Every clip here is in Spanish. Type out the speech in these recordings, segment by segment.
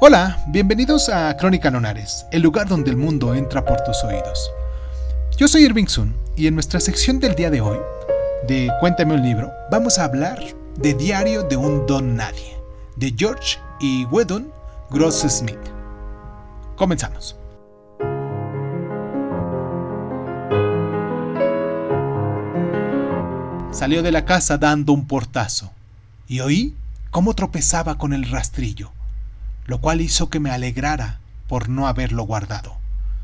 Hola, bienvenidos a Crónica Lunares, el lugar donde el mundo entra por tus oídos. Yo soy Irving Sun y en nuestra sección del día de hoy, de Cuéntame un libro, vamos a hablar de Diario de un Don Nadie, de George y Weldon Gross-Smith. Comenzamos. Salió de la casa dando un portazo y oí cómo tropezaba con el rastrillo, lo cual hizo que me alegrara por no haberlo guardado.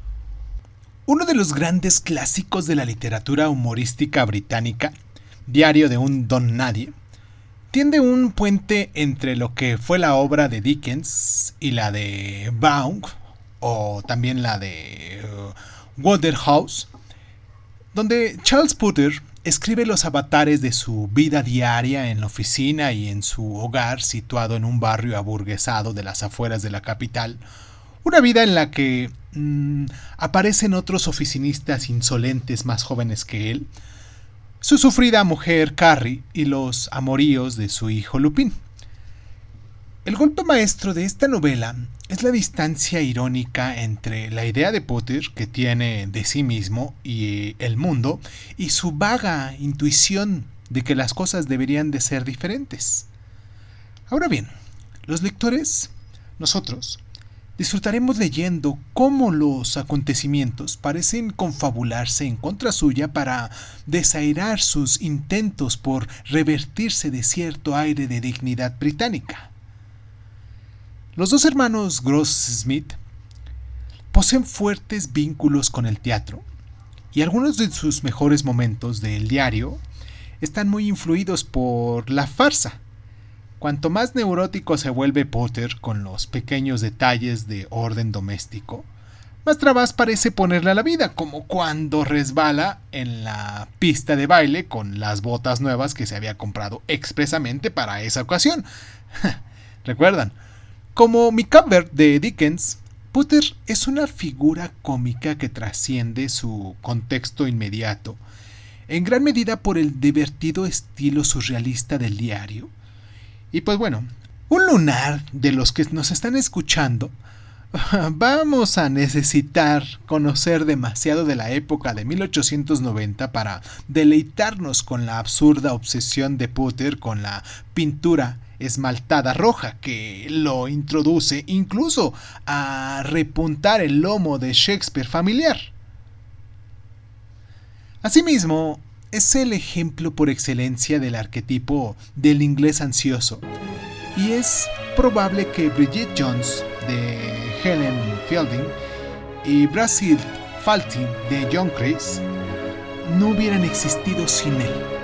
Uno de los grandes clásicos de la literatura humorística británica, Diario de un Don Nadie, tiende un puente entre lo que fue la obra de Dickens y la de Baum, o también la de Waterhouse, donde Charles Potter escribe los avatares de su vida diaria en la oficina y en su hogar situado en un barrio aburguesado de las afueras de la capital, una vida en la que aparecen otros oficinistas insolentes más jóvenes que él, su sufrida mujer Carrie y los amoríos de su hijo Lupin. El golpe maestro de esta novela es la distancia irónica entre la idea de Potter que tiene de sí mismo y el mundo y su vaga intuición de que las cosas deberían de ser diferentes. Ahora bien, los lectores, nosotros, disfrutaremos leyendo cómo los acontecimientos parecen confabularse en contra suya para desairar sus intentos por revertirse de cierto aire de dignidad británica. Los dos hermanos Gross-Smith poseen fuertes vínculos con el teatro y algunos de sus mejores momentos del diario están muy influidos por la farsa. Cuanto más neurótico se vuelve Potter con los pequeños detalles de orden doméstico, más trabas parece ponerle a la vida, como cuando resbala en la pista de baile con las botas nuevas que se había comprado expresamente para esa ocasión. ¿Recuerdan? Como Micawber de Dickens, Potter es una figura cómica que trasciende su contexto inmediato, en gran medida por el divertido estilo surrealista del diario. Y pues bueno, un lunar de los que nos están escuchando, vamos a necesitar conocer demasiado de la época de 1890 para deleitarnos con la absurda obsesión de Potter con la pintura esmaltada roja que lo introduce incluso a repuntar el lomo de Shakespeare familiar. Asimismo, es el ejemplo por excelencia del arquetipo del inglés ansioso, y es probable que Bridget Jones de Helen Fielding y Basil Fawlty de John Cleese no hubieran existido sin él.